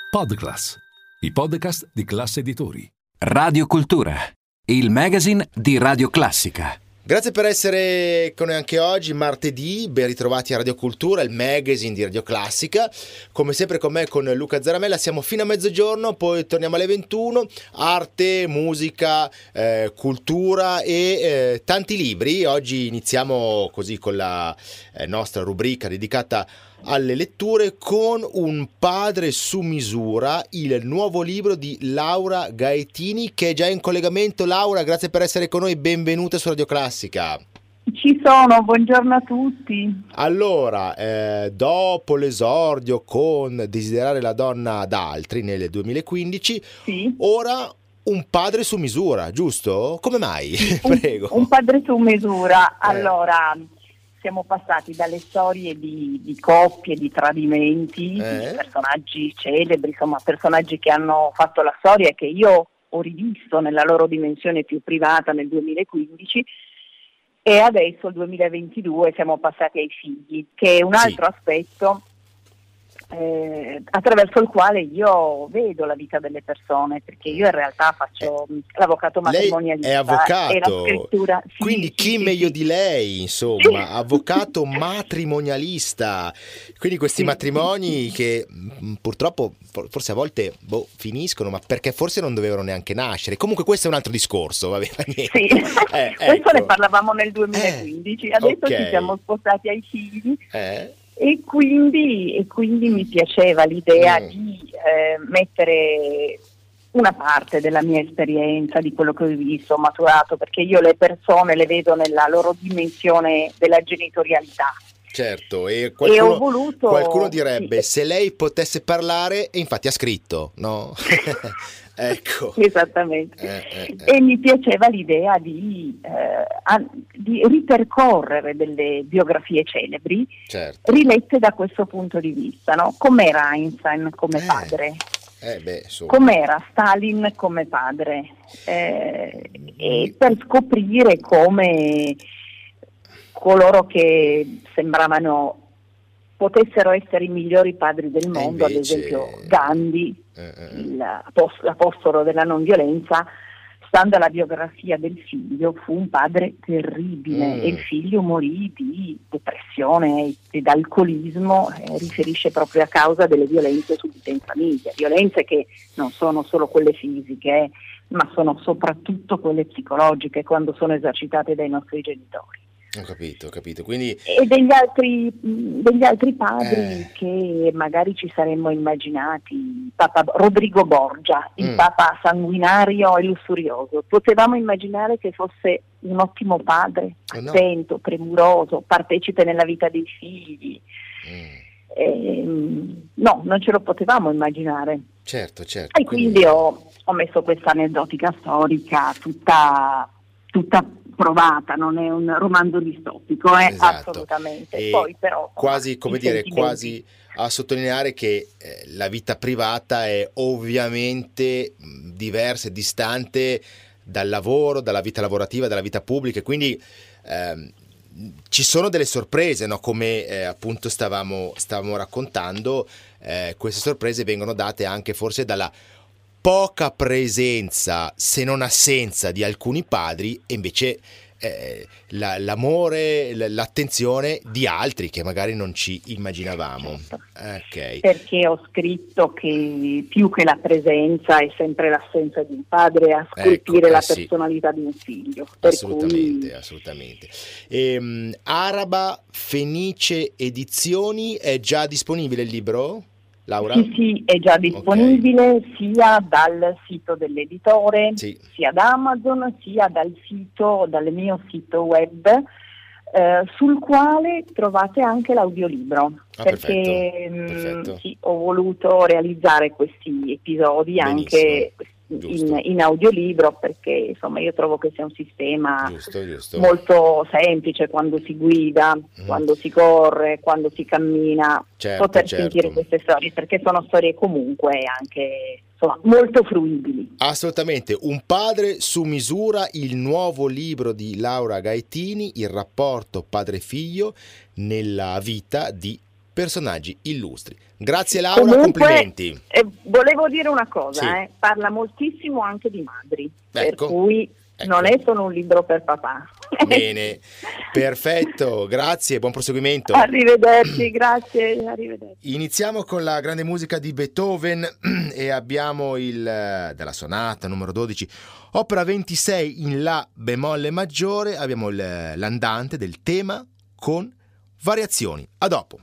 Podclass, i podcast di Classe Editori. Radio Cultura, il magazine di Radio Classica. Grazie per essere con noi anche oggi, martedì, ben ritrovati a Radio Cultura, il magazine di Radio Classica. Come sempre con me, con Luca Zaramella, siamo fino a mezzogiorno, poi torniamo alle 21, arte, musica, cultura e tanti libri. Oggi iniziamo così con la nostra rubrica dedicata alle letture con Un padre su misura, il nuovo libro di Laura Gaetini, che è già in collegamento. Laura, grazie per essere con noi, benvenuta su Radio Classica. Ci sono, buongiorno a tutti. Allora, dopo l'esordio con Desiderare la donna ad altri nel 2015, sì. Ora Un padre su misura, giusto? Come mai? Prego. Un padre su misura, allora... Siamo passati dalle storie di coppie, di tradimenti, di personaggi celebri, insomma personaggi che hanno fatto la storia e che io ho rivisto nella loro dimensione più privata nel 2015, e adesso, il 2022, siamo passati ai figli, che è un altro aspetto attraverso il quale io vedo la vita delle persone, perché io in realtà faccio l'avvocato matrimonialista. Lei è avvocato, e la scrittura, quindi chi meglio di lei, insomma, avvocato matrimonialista, quindi questi matrimoni che purtroppo forse a volte finiscono, ma perché forse non dovevano neanche nascere. Comunque questo è un altro discorso, va bene. Sì. Questo ecco. ne parlavamo nel 2015, adesso ci siamo spostati ai figli. E quindi mi piaceva l'idea di mettere una parte della mia esperienza, di quello che ho visto, ho maturato, perché io le persone le vedo nella loro dimensione della genitorialità. Certo, e qualcuno direbbe, sì, se lei potesse parlare, e infatti ha scritto, no? Ecco. Esattamente. E mi piaceva l'idea di ripercorrere delle biografie celebri, certo, rilette da questo punto di vista, no? Com'era Einstein come padre, com'era Stalin come padre, e per scoprire come coloro che sembravano potessero essere i migliori padri del mondo, ad esempio Gandhi, l'apostolo della non violenza, stando alla biografia del figlio, fu un padre terribile e il figlio morì di depressione ed alcolismo, riferisce proprio a causa delle violenze subite in famiglia, violenze che non sono solo quelle fisiche, ma sono soprattutto quelle psicologiche quando sono esercitate dai nostri genitori. Ho capito. Quindi... E degli altri padri che magari ci saremmo immaginati, Papa Rodrigo Borgia, il Papa sanguinario e lussurioso, potevamo immaginare che fosse un ottimo padre, attento, premuroso, partecipe nella vita dei figli. No, non ce lo potevamo immaginare. Certo. E quindi ho messo questa aneddotica storica tutta provata, non è un romanzo distopico, assolutamente. E poi però quasi a sottolineare che la vita privata è ovviamente diversa e distante dal lavoro, dalla vita lavorativa, dalla vita pubblica, quindi ci sono delle sorprese, no? Come appunto stavamo raccontando, queste sorprese vengono date anche forse dalla poca presenza, se non assenza, di alcuni padri, e invece l'amore, l'attenzione di altri che magari non ci immaginavamo. Okay. Perché ho scritto che più che la presenza è sempre l'assenza di un padre a scolpire la personalità di un figlio. Assolutamente. Araba Fenice Edizioni, è già disponibile il libro? Laura? Sì, è già disponibile sia dal sito dell'editore, sia da Amazon, sia dal mio sito web, sul quale trovate anche l'audiolibro, perché perfetto. Ho voluto realizzare questi episodi. Benissimo. Anche in audiolibro, perché insomma io trovo che sia un sistema giusto. molto semplice quando si guida, quando si corre, quando si cammina, poter sentire queste storie, perché sono storie comunque anche molto fruibili. Assolutamente. Un padre su misura, il nuovo libro di Laura Gaetini, il rapporto padre-figlio nella vita di personaggi illustri. Grazie Laura, comunque, complimenti. Volevo dire una cosa, Sì. Parla moltissimo anche di madri, per Ecco. cui non è solo un libro per papà. Bene, perfetto, grazie, buon proseguimento. Arrivederci, grazie, arrivederci. Iniziamo con la grande musica di Beethoven e abbiamo della sonata numero 12, opera 26 in La bemolle maggiore, abbiamo l'andante del tema con variazioni. A dopo.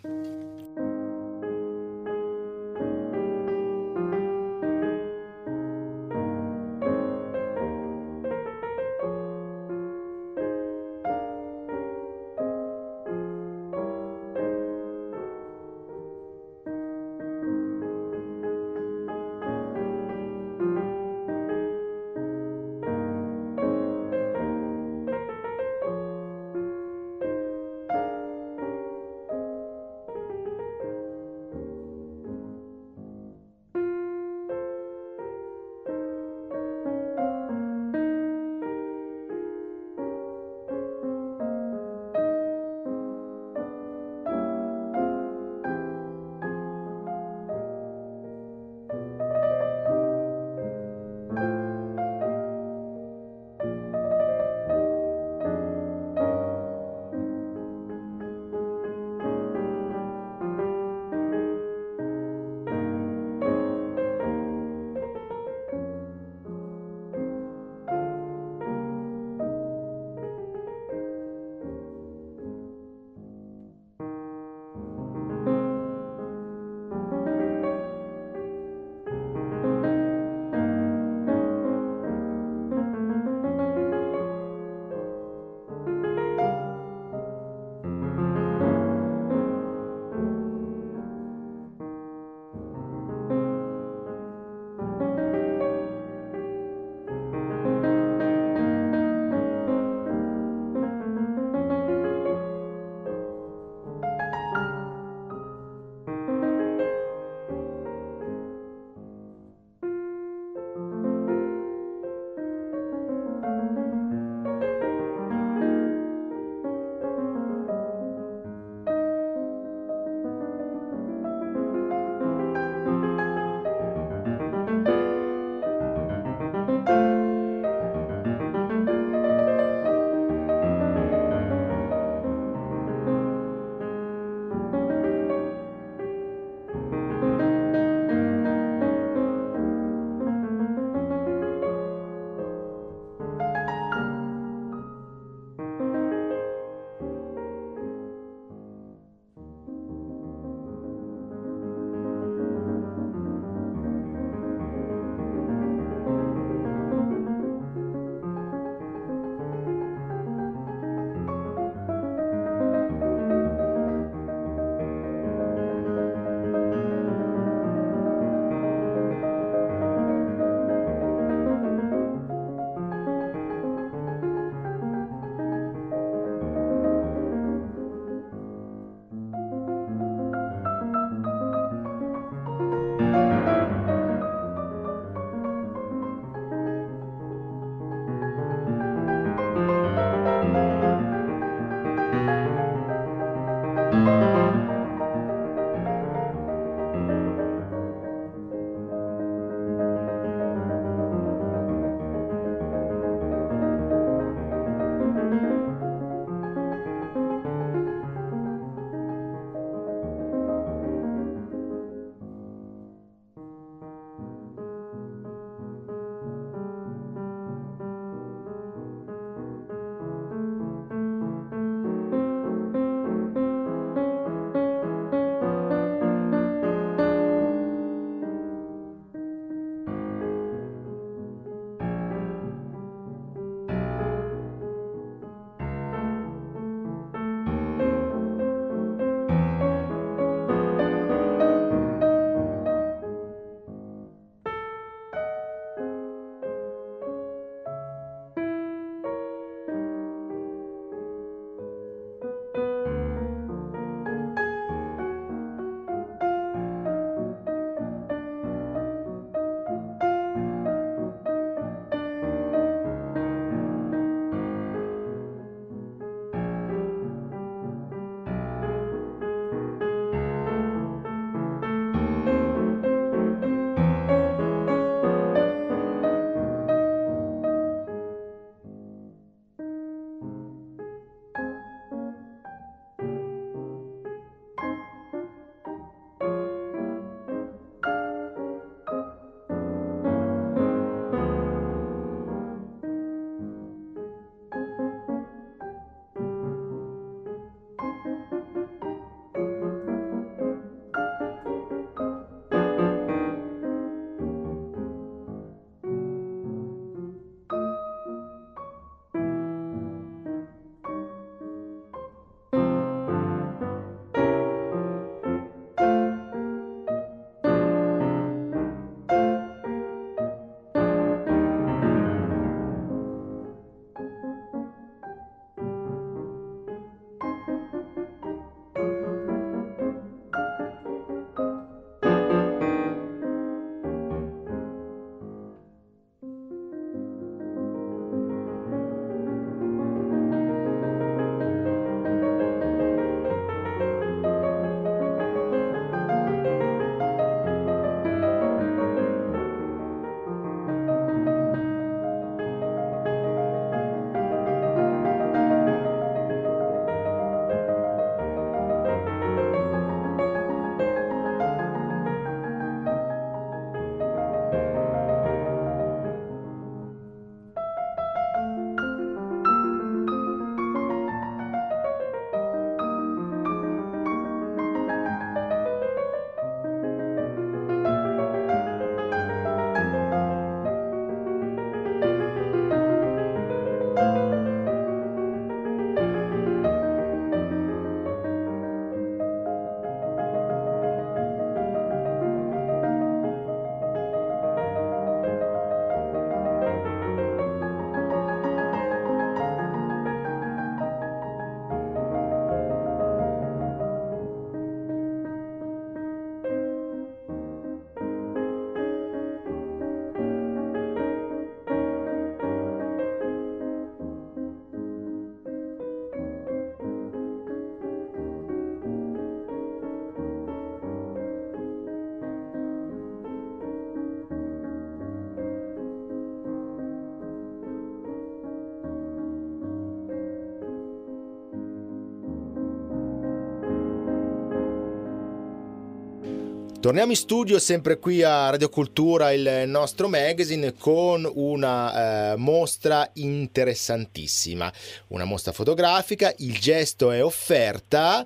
Torniamo in studio sempre qui a Radio Cultura, il nostro magazine, con una mostra interessantissima, una mostra fotografica. Il gesto è offerta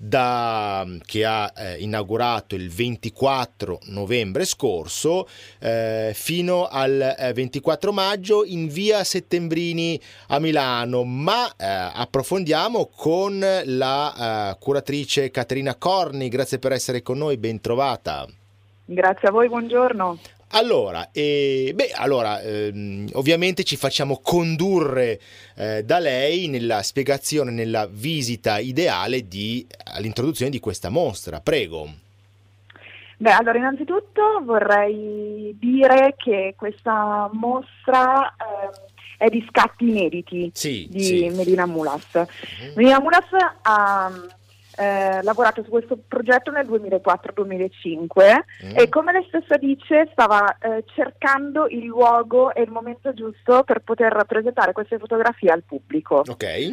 che ha inaugurato il 24 novembre scorso fino al 24 maggio in via Settembrini a Milano, ma approfondiamo con la curatrice Caterina Corni. Grazie per essere con noi, ben trovata. Grazie a voi, buongiorno. Allora, ovviamente ci facciamo condurre da lei nella spiegazione, nella visita ideale all'introduzione di questa mostra. Prego. Allora, innanzitutto vorrei dire che questa mostra è di scatti inediti di Melina Mulas. Uh-huh. Melina Mulas ha lavorato su questo progetto nel 2004-2005 e, come lei stessa dice, stava cercando il luogo e il momento giusto per poter presentare queste fotografie al pubblico.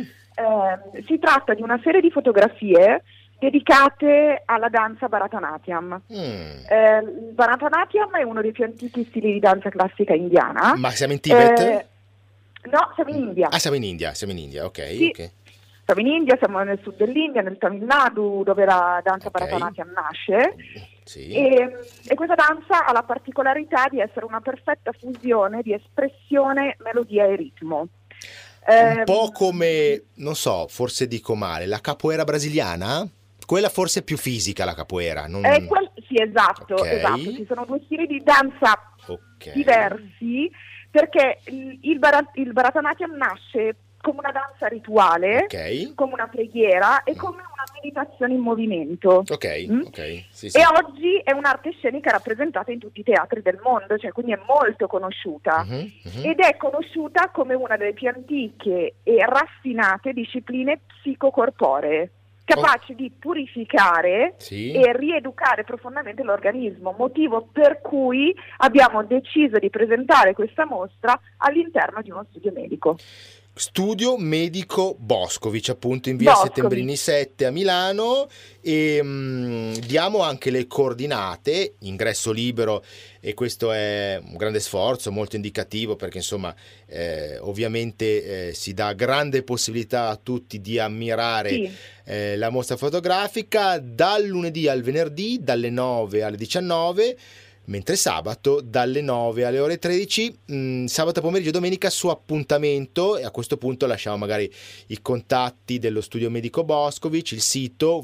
Si tratta di una serie di fotografie dedicate alla danza Bharatanatyam. Il Bharatanatyam è uno dei più antichi stili di danza classica indiana. Ma siamo in Tibet? No, siamo in India. Siamo in India, ok. Sì. Ok. Siamo in India, siamo nel sud dell'India, nel Tamil Nadu, dove la danza Bharatanatyam nasce. Sì. E questa danza ha la particolarità di essere una perfetta fusione di espressione, melodia e ritmo. Un po' come, non so, forse dico male, la capoeira brasiliana? Quella forse è più fisica, la capoeira. Sì, esatto. Ci sono due stili di danza diversi, perché il Bharatanatyam nasce come una danza rituale, come una preghiera e come una meditazione in movimento. Sì. E oggi è un'arte scenica rappresentata in tutti i teatri del mondo, cioè quindi è molto conosciuta. Ed è conosciuta come una delle più antiche e raffinate discipline psicocorporee, capaci di purificare e rieducare profondamente l'organismo, motivo per cui abbiamo deciso di presentare questa mostra all'interno di uno studio medico. Studio Medico Boscovich, appunto in via Settembrini 7 a Milano, e diamo anche le coordinate, ingresso libero, e questo è un grande sforzo, molto indicativo, perché insomma ovviamente si dà grande possibilità a tutti di ammirare la mostra fotografica dal lunedì al venerdì dalle 9 alle 19, mentre sabato dalle 9 alle ore 13, sabato pomeriggio e domenica su appuntamento. E a questo punto lasciamo magari i contatti dello Studio Medico Boscovich, il sito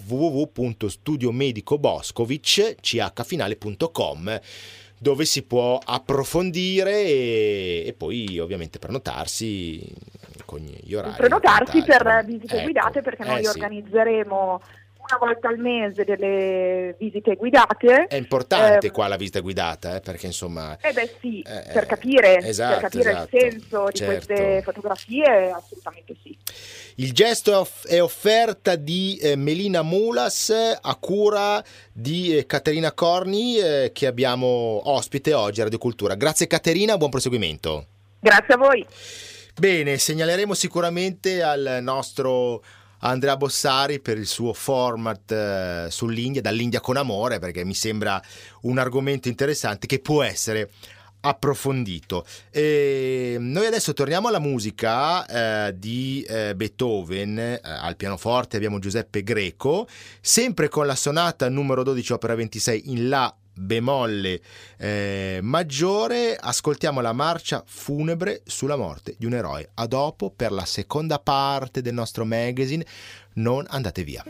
www.studiomedicoboscovich.com, dove si può approfondire e poi ovviamente prenotarsi con gli orari. Prenotarsi per visite guidate, perché noi organizzeremo una volta al mese delle visite guidate. È importante qua la visita guidata, perché insomma per capire il senso di queste fotografie, assolutamente sì. Il gesto è offerta di Melina Mulas a cura di Caterina Corni, che abbiamo ospite oggi a Radio Cultura. Grazie Caterina, buon proseguimento. Grazie a voi. Bene, segnaleremo sicuramente al nostro Andrea Bossari per il suo format sull'India, dall'India con amore, perché mi sembra un argomento interessante che può essere approfondito. Noi adesso torniamo alla musica di Beethoven. Al pianoforte abbiamo Giuseppe Greco, sempre con la sonata numero 12 opera 26 in La bemolle maggiore. Ascoltiamo la marcia funebre sulla morte di un eroe. A dopo per la seconda parte del nostro magazine, non andate via.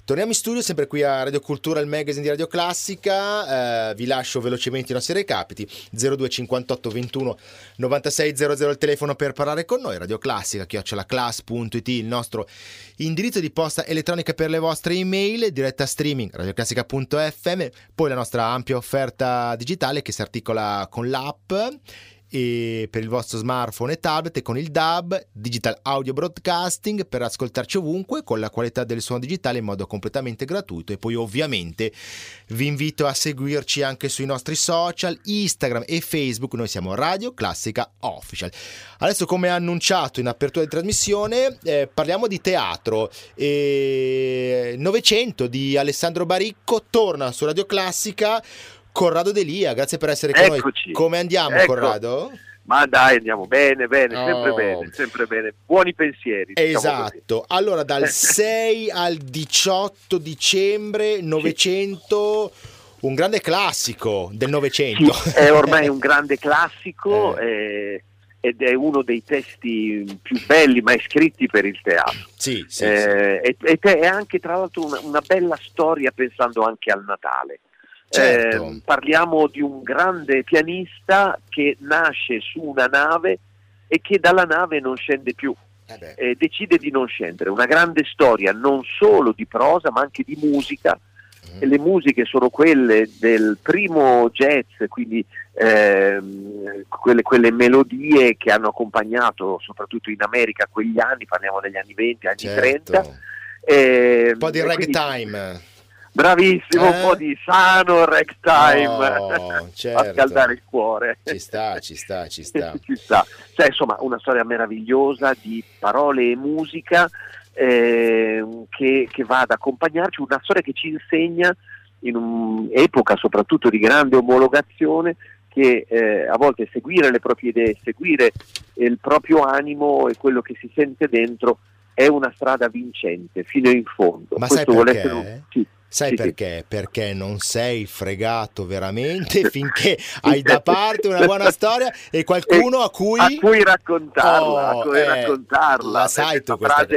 Torniamo in studio, sempre qui a Radio Cultura, il magazine di Radio Classica. Vi lascio velocemente i nostri recapiti: 02 58 21 96 00 il telefono per parlare con noi, Radio Classica @class.it il nostro indirizzo di posta elettronica per le vostre email, diretta streaming radioclassica.fm, poi la nostra ampia offerta digitale che si articola con l'app e per il vostro smartphone e tablet, e con il DAB, Digital Audio Broadcasting, per ascoltarci ovunque con la qualità del suono digitale in modo completamente gratuito. E poi ovviamente vi invito a seguirci anche sui nostri social, Instagram e Facebook, noi siamo Radio Classica Official. Adesso, come annunciato in apertura di trasmissione, parliamo di teatro. Novecento di Alessandro Baricco torna su Radio Classica. Corrado Delia, grazie per essere con Eccoci. Noi. Come andiamo, Corrado? Ma dai, andiamo bene, sempre bene. Buoni pensieri. Esatto. Diciamo, allora, dal 6 al 18 dicembre, Novecento, un grande classico del Novecento. Sì, è ormai un grande classico ed è uno dei testi più belli mai scritti per il teatro. Sì. Ed è anche, tra l'altro, una bella storia, pensando anche al Natale. Certo. Parliamo di un grande pianista che nasce su una nave e che dalla nave non scende più, decide di non scendere. Una grande storia non solo di prosa ma anche di musica, e le musiche sono quelle del primo jazz, quindi quelle melodie che hanno accompagnato soprattutto in America quegli anni, parliamo degli anni 20, anni 30. Un po' di ragtime. Bravissimo, un po' di sano ragtime, certo. A scaldare il cuore. Ci sta. Ci sta. Cioè, insomma, una storia meravigliosa di parole e musica che va ad accompagnarci, una storia che ci insegna, in un'epoca soprattutto di grande omologazione, che a volte seguire le proprie idee, seguire il proprio animo e quello che si sente dentro è una strada vincente fino in fondo. Ma questo sai perché? vuole essere Sai perché? Sì. Perché non sei fregato veramente finché hai da parte una buona storia e qualcuno a cui raccontarla. La sai tu questa frase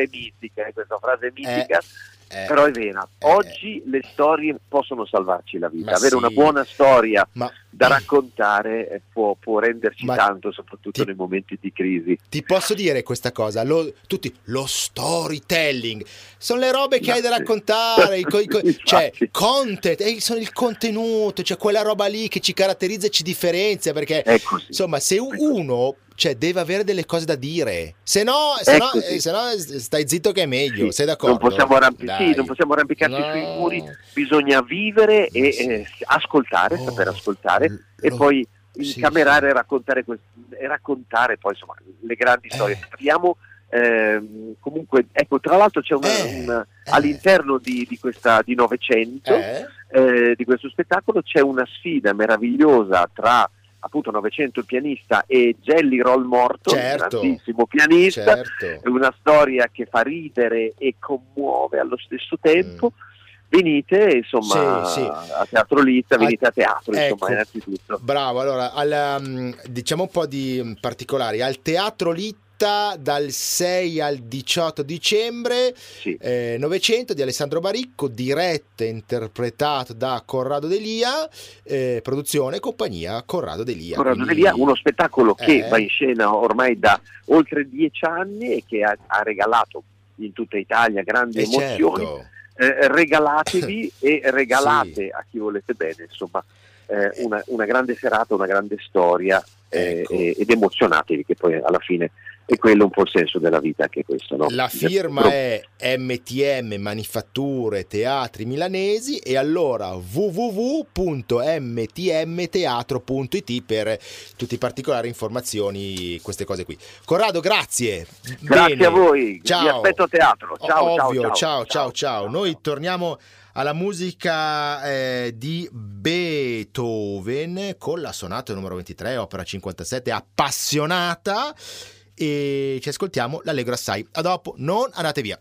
è mitica, però è vera. Oggi le storie possono salvarci la vita. Avere una buona storia da raccontare può renderci tanto, soprattutto nei momenti di crisi. Ti posso dire questa cosa, lo storytelling sono le robe che hai da raccontare, cioè content, sono il contenuto, cioè quella roba lì che ci caratterizza e ci differenzia, perché insomma, se uno deve avere delle cose da dire, se no stai zitto che è meglio. Sei d'accordo? Non possiamo arrampicarci sui muri, bisogna vivere e ascoltare, saper ascoltare e poi incamerare e raccontare poi, insomma, le grandi storie. Parliamo comunque, ecco, tra l'altro c'è all'interno di Novecento, di questo spettacolo, c'è una sfida meravigliosa tra appunto Novecento, il pianista, e Jelly Roll Morton, grandissimo pianista. È una storia che fa ridere e commuove allo stesso tempo. Venite, insomma, a Teatro Lizza, venite a teatro, insomma, innanzitutto. Bravo. Allora, diciamo un po' di particolari. Al Teatro Lizza dal 6 al 18 dicembre, Novecento di Alessandro Baricco, diretta e interpretato da Corrado Delia, produzione compagnia Corrado Delia. Delia, uno spettacolo che va in scena ormai da oltre 10 anni e che ha regalato in tutta Italia grandi emozioni. Certo. Regalatevi e regalate a chi volete bene, insomma, una grande serata, una grande storia, ed emozionatevi, che poi alla fine è quello un po' il senso della vita, anche questo, no? La firma è MTM Manifatture Teatri Milanesi, e allora www.mtmteatro.it per tutti i particolari, informazioni, queste cose qui. Corrado, grazie. Grazie a voi. Ciao. Vi aspetto a teatro. Ciao. Noi torniamo alla musica di Beethoven con la sonata numero 23, opera 57, appassionata, e ci ascoltiamo l'Allegro assai. A dopo, non andate via.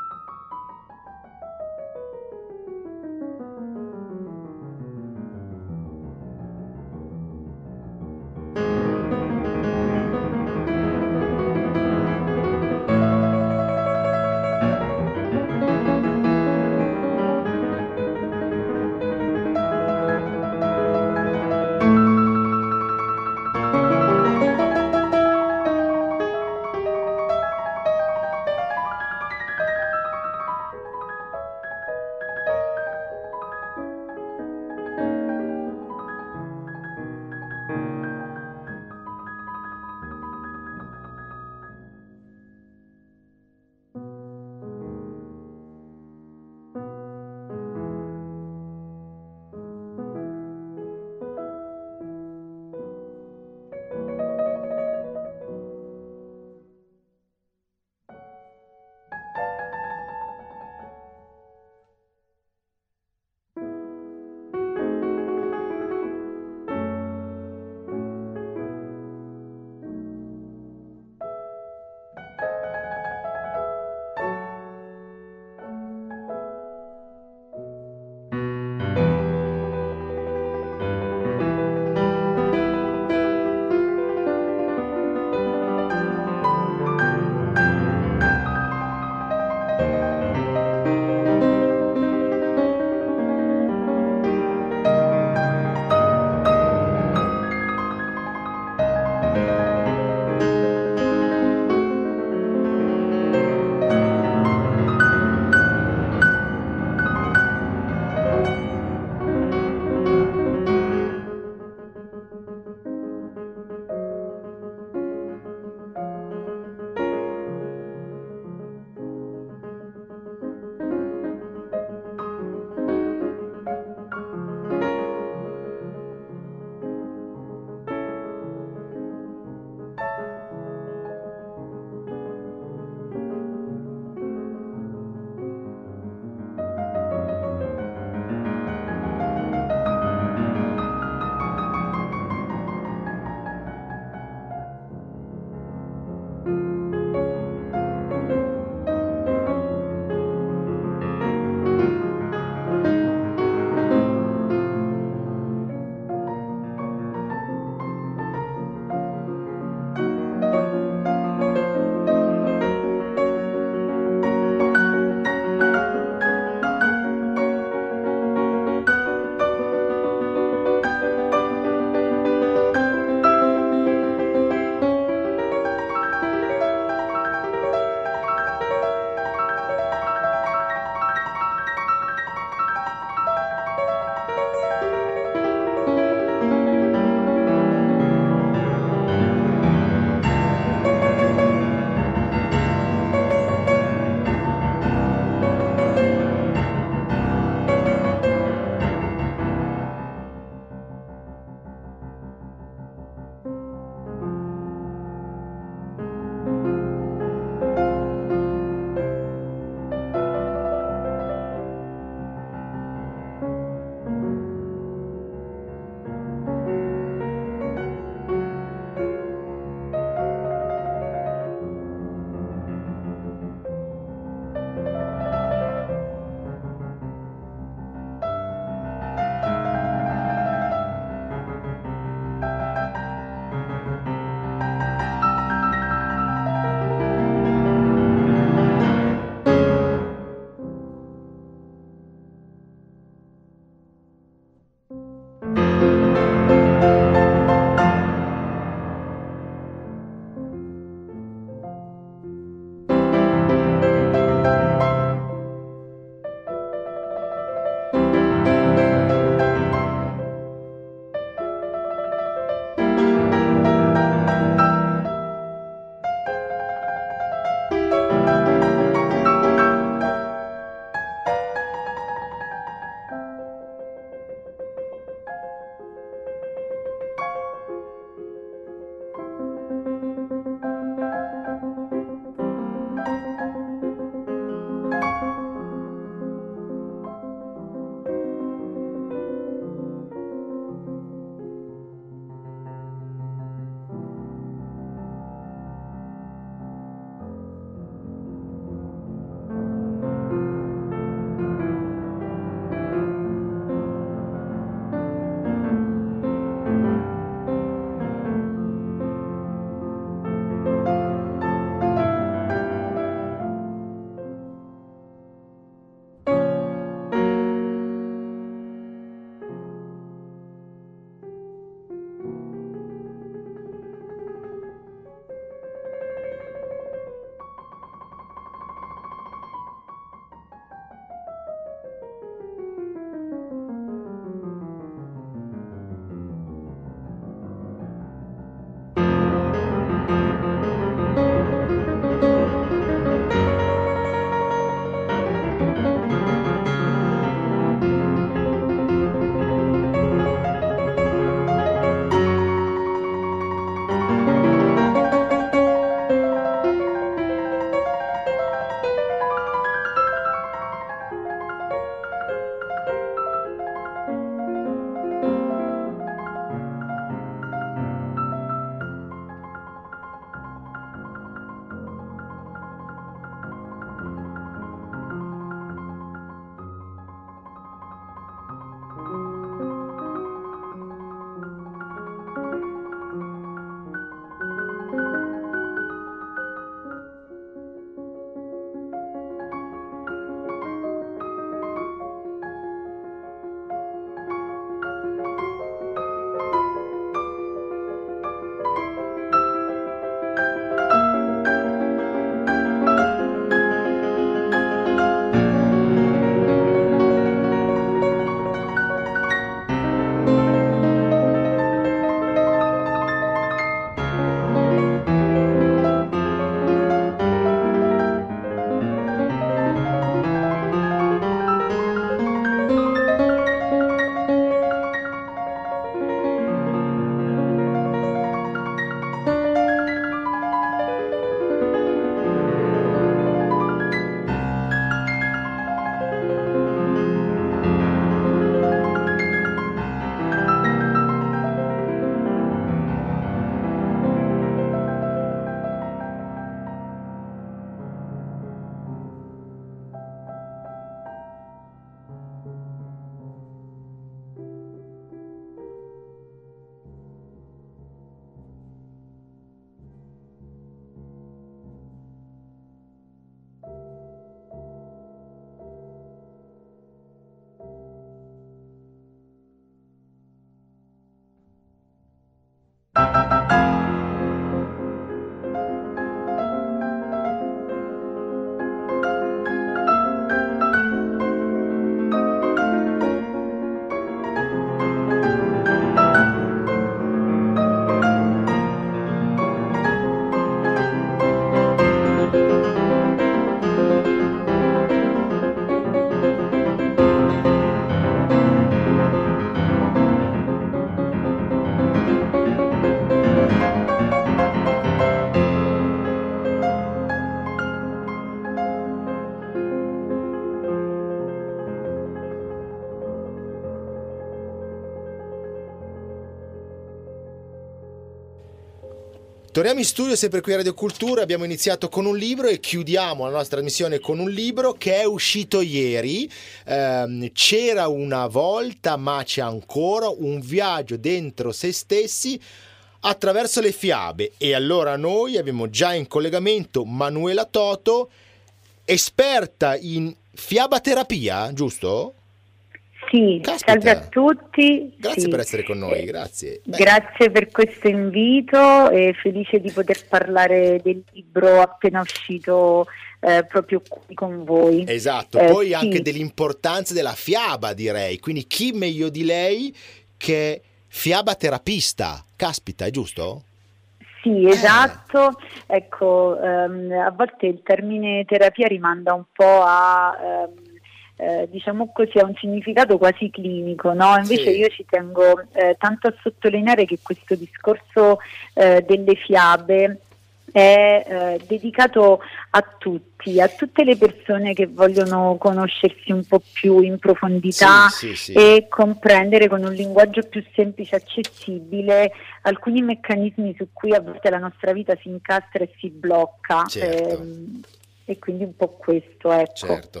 Torniamo in studio sempre qui a Radio Cultura. Abbiamo iniziato con un libro e chiudiamo la nostra trasmissione con un libro che è uscito ieri. C'era una volta, ma c'è ancora, un viaggio dentro se stessi attraverso le fiabe. E allora noi abbiamo già in collegamento Manuela Toto, esperta in fiabaterapia, giusto? Sì, Caspita. Salve a tutti. Grazie per essere con noi, grazie. Grazie per questo invito e felice di poter parlare del libro appena uscito proprio qui con voi. Esatto, poi sì. Anche dell'importanza della fiaba, direi, quindi chi meglio di lei che fiabaterapista? Caspita, è giusto? Sì, esatto. Ecco, a volte il termine terapia rimanda un po' a... diciamo così, ha un significato quasi clinico, no? Invece sì. Io ci tengo tanto a sottolineare che questo discorso delle fiabe è dedicato a tutti, a tutte le persone che vogliono conoscersi un po' più in profondità sì. e comprendere con un linguaggio più semplice e accessibile alcuni meccanismi su cui a volte la nostra vita si incastra e si blocca. Certo. E quindi un po' questo, ecco. Certo.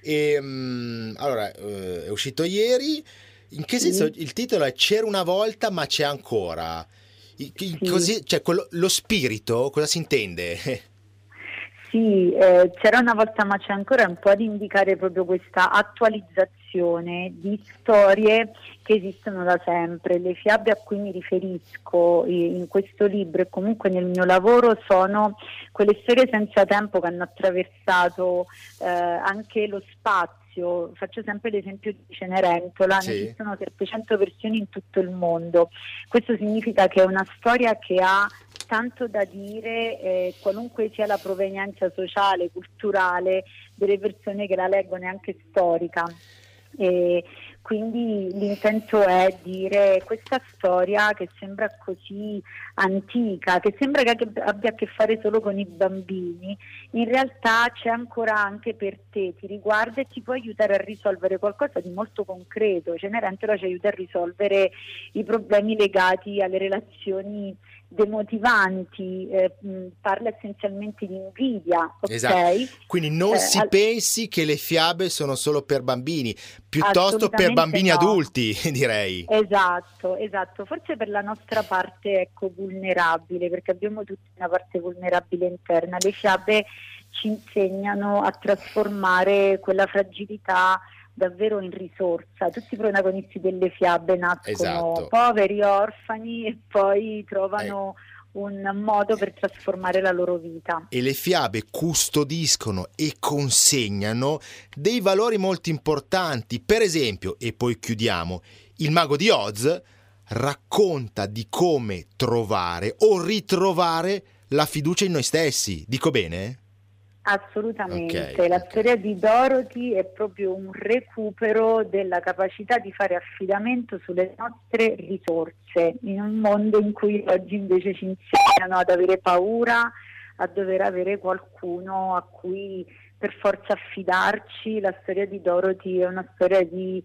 Allora, è uscito ieri. In che senso? Il titolo è C'era una volta ma c'è ancora. Così, cioè, lo spirito, cosa si intende? Sì, c'era una volta ma c'è ancora, un po' ad indicare proprio questa attualizzazione di storie che esistono da sempre. Le fiabe a cui mi riferisco in questo libro e comunque nel mio lavoro sono quelle storie senza tempo che hanno attraversato anche lo spazio. Faccio sempre l'esempio di Cenerentola, sì. Ne esistono 700 versioni in tutto il mondo. Questo significa che è una storia che ha tanto da dire, qualunque sia la provenienza sociale, culturale delle persone che la leggono, e anche storica. Quindi l'intento è dire questa storia che sembra così antica, che sembra che abbia a che fare solo con i bambini, in realtà c'è ancora anche per te, ti riguarda e ti può aiutare a risolvere qualcosa di molto concreto. Cenerentola ci aiuta a risolvere i problemi legati alle relazioni demotivanti, parla essenzialmente di invidia, ok? Esatto. Quindi non si pensi che le fiabe sono solo per bambini, piuttosto per bambini adulti, direi. Esatto, forse per la nostra parte, ecco, vulnerabile, perché abbiamo tutti una parte vulnerabile interna. Le fiabe ci insegnano a trasformare quella fragilità davvero in risorsa. Tutti i protagonisti delle fiabe nascono poveri, orfani e poi trovano un modo per trasformare la loro vita. E le fiabe custodiscono e consegnano dei valori molto importanti. Per esempio, e poi chiudiamo, il mago di Oz racconta di come trovare o ritrovare la fiducia in noi stessi. Dico bene? Assolutamente, la storia di Dorothy è proprio un recupero della capacità di fare affidamento sulle nostre risorse in un mondo in cui oggi invece ci insegnano ad avere paura, a dover avere qualcuno a cui per forza affidarci. La storia di Dorothy è una storia di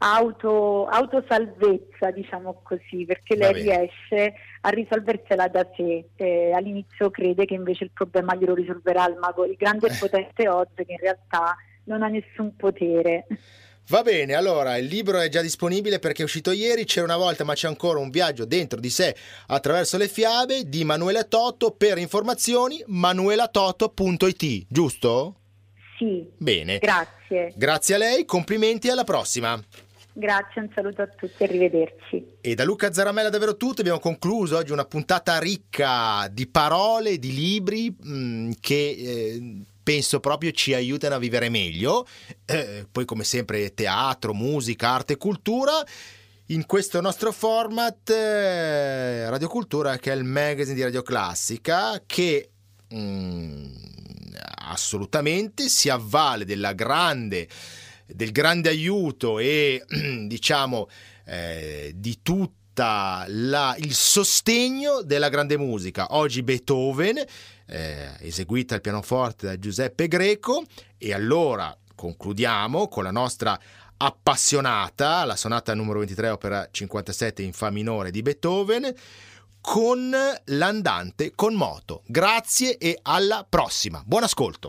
autosalvezza, diciamo così, perché lei riesce a risolversela da sé. All'inizio crede che invece il problema glielo risolverà il grande e potente Oz, che in realtà non ha nessun potere. Va bene, allora il libro è già disponibile perché è uscito ieri. C'era una volta ma c'è ancora, un viaggio dentro di sé attraverso le fiabe, di Manuela Toto. Per informazioni manuelatoto.it, giusto? Sì. Bene. Grazie a lei, complimenti, alla prossima. Grazie, un saluto a tutti, arrivederci. E da Luca Zaramella davvero tutto. Abbiamo concluso oggi una puntata ricca di parole, di libri che penso proprio ci aiutano a vivere meglio. Poi come sempre teatro, musica, arte e cultura. In questo nostro format Radio Cultura, che è il magazine di Radio Classica, che assolutamente si avvale del grande aiuto e diciamo di tutta il sostegno della grande musica. Oggi Beethoven, eseguita al pianoforte da Giuseppe Greco. E allora concludiamo con la nostra appassionata, la sonata numero 23 opera 57 in fa minore di Beethoven, con l'andante con moto. Grazie e alla prossima. Buon ascolto.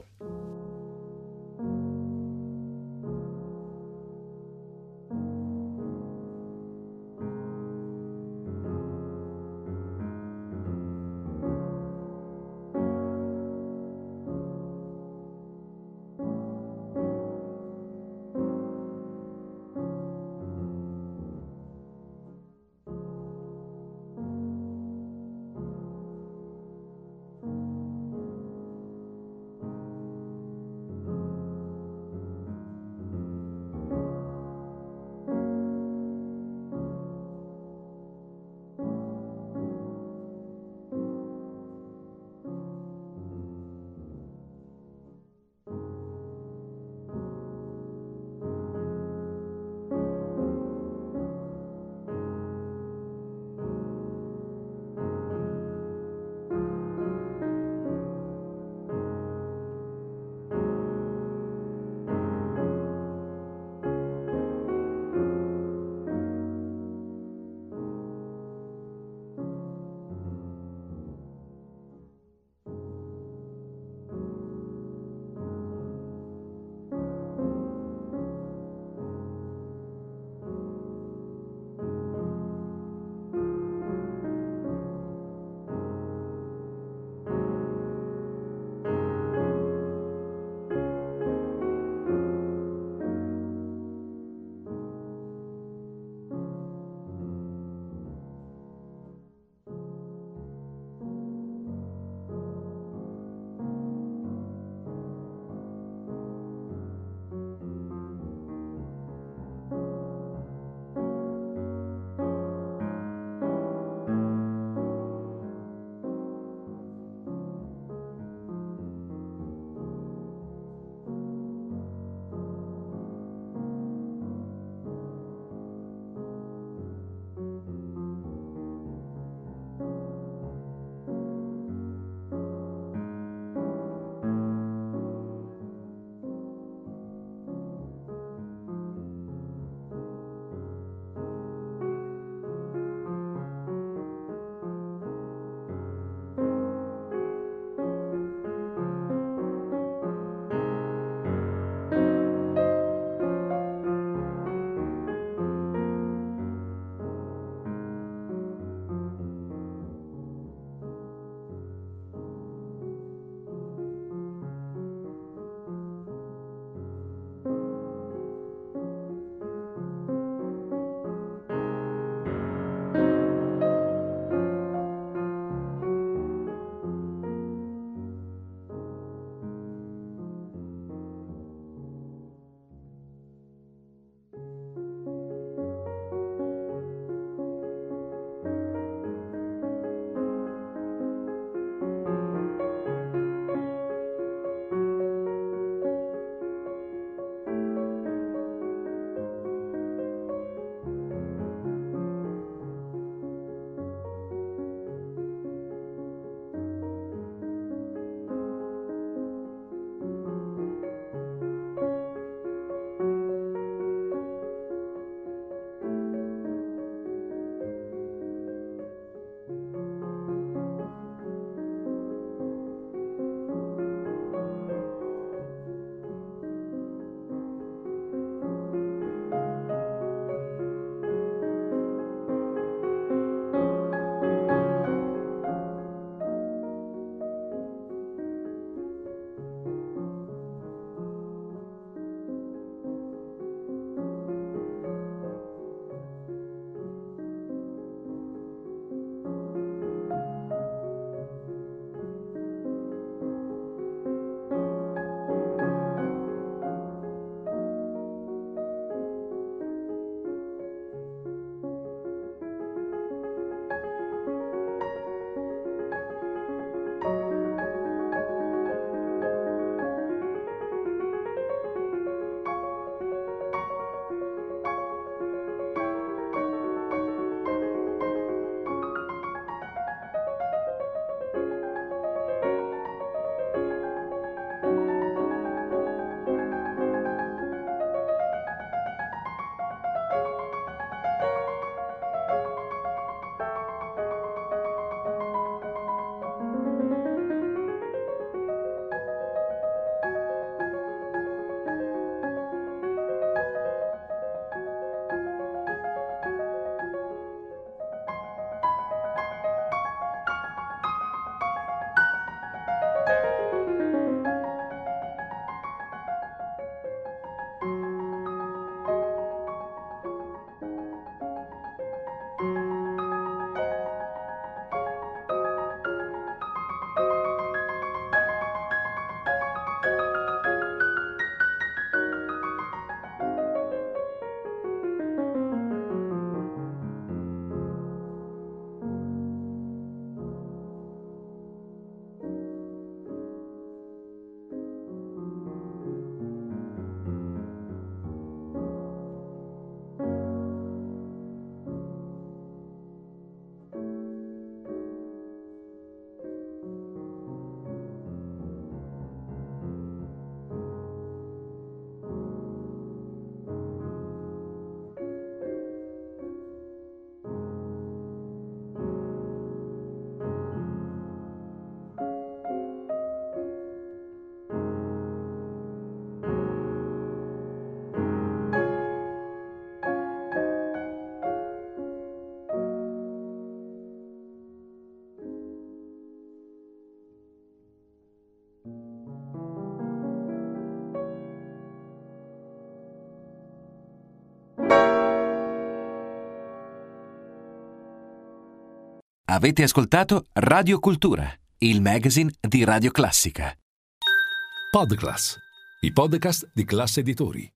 Avete ascoltato Radio Cultura, il magazine di Radio Classica. Podclass, i podcast di Classe Editori.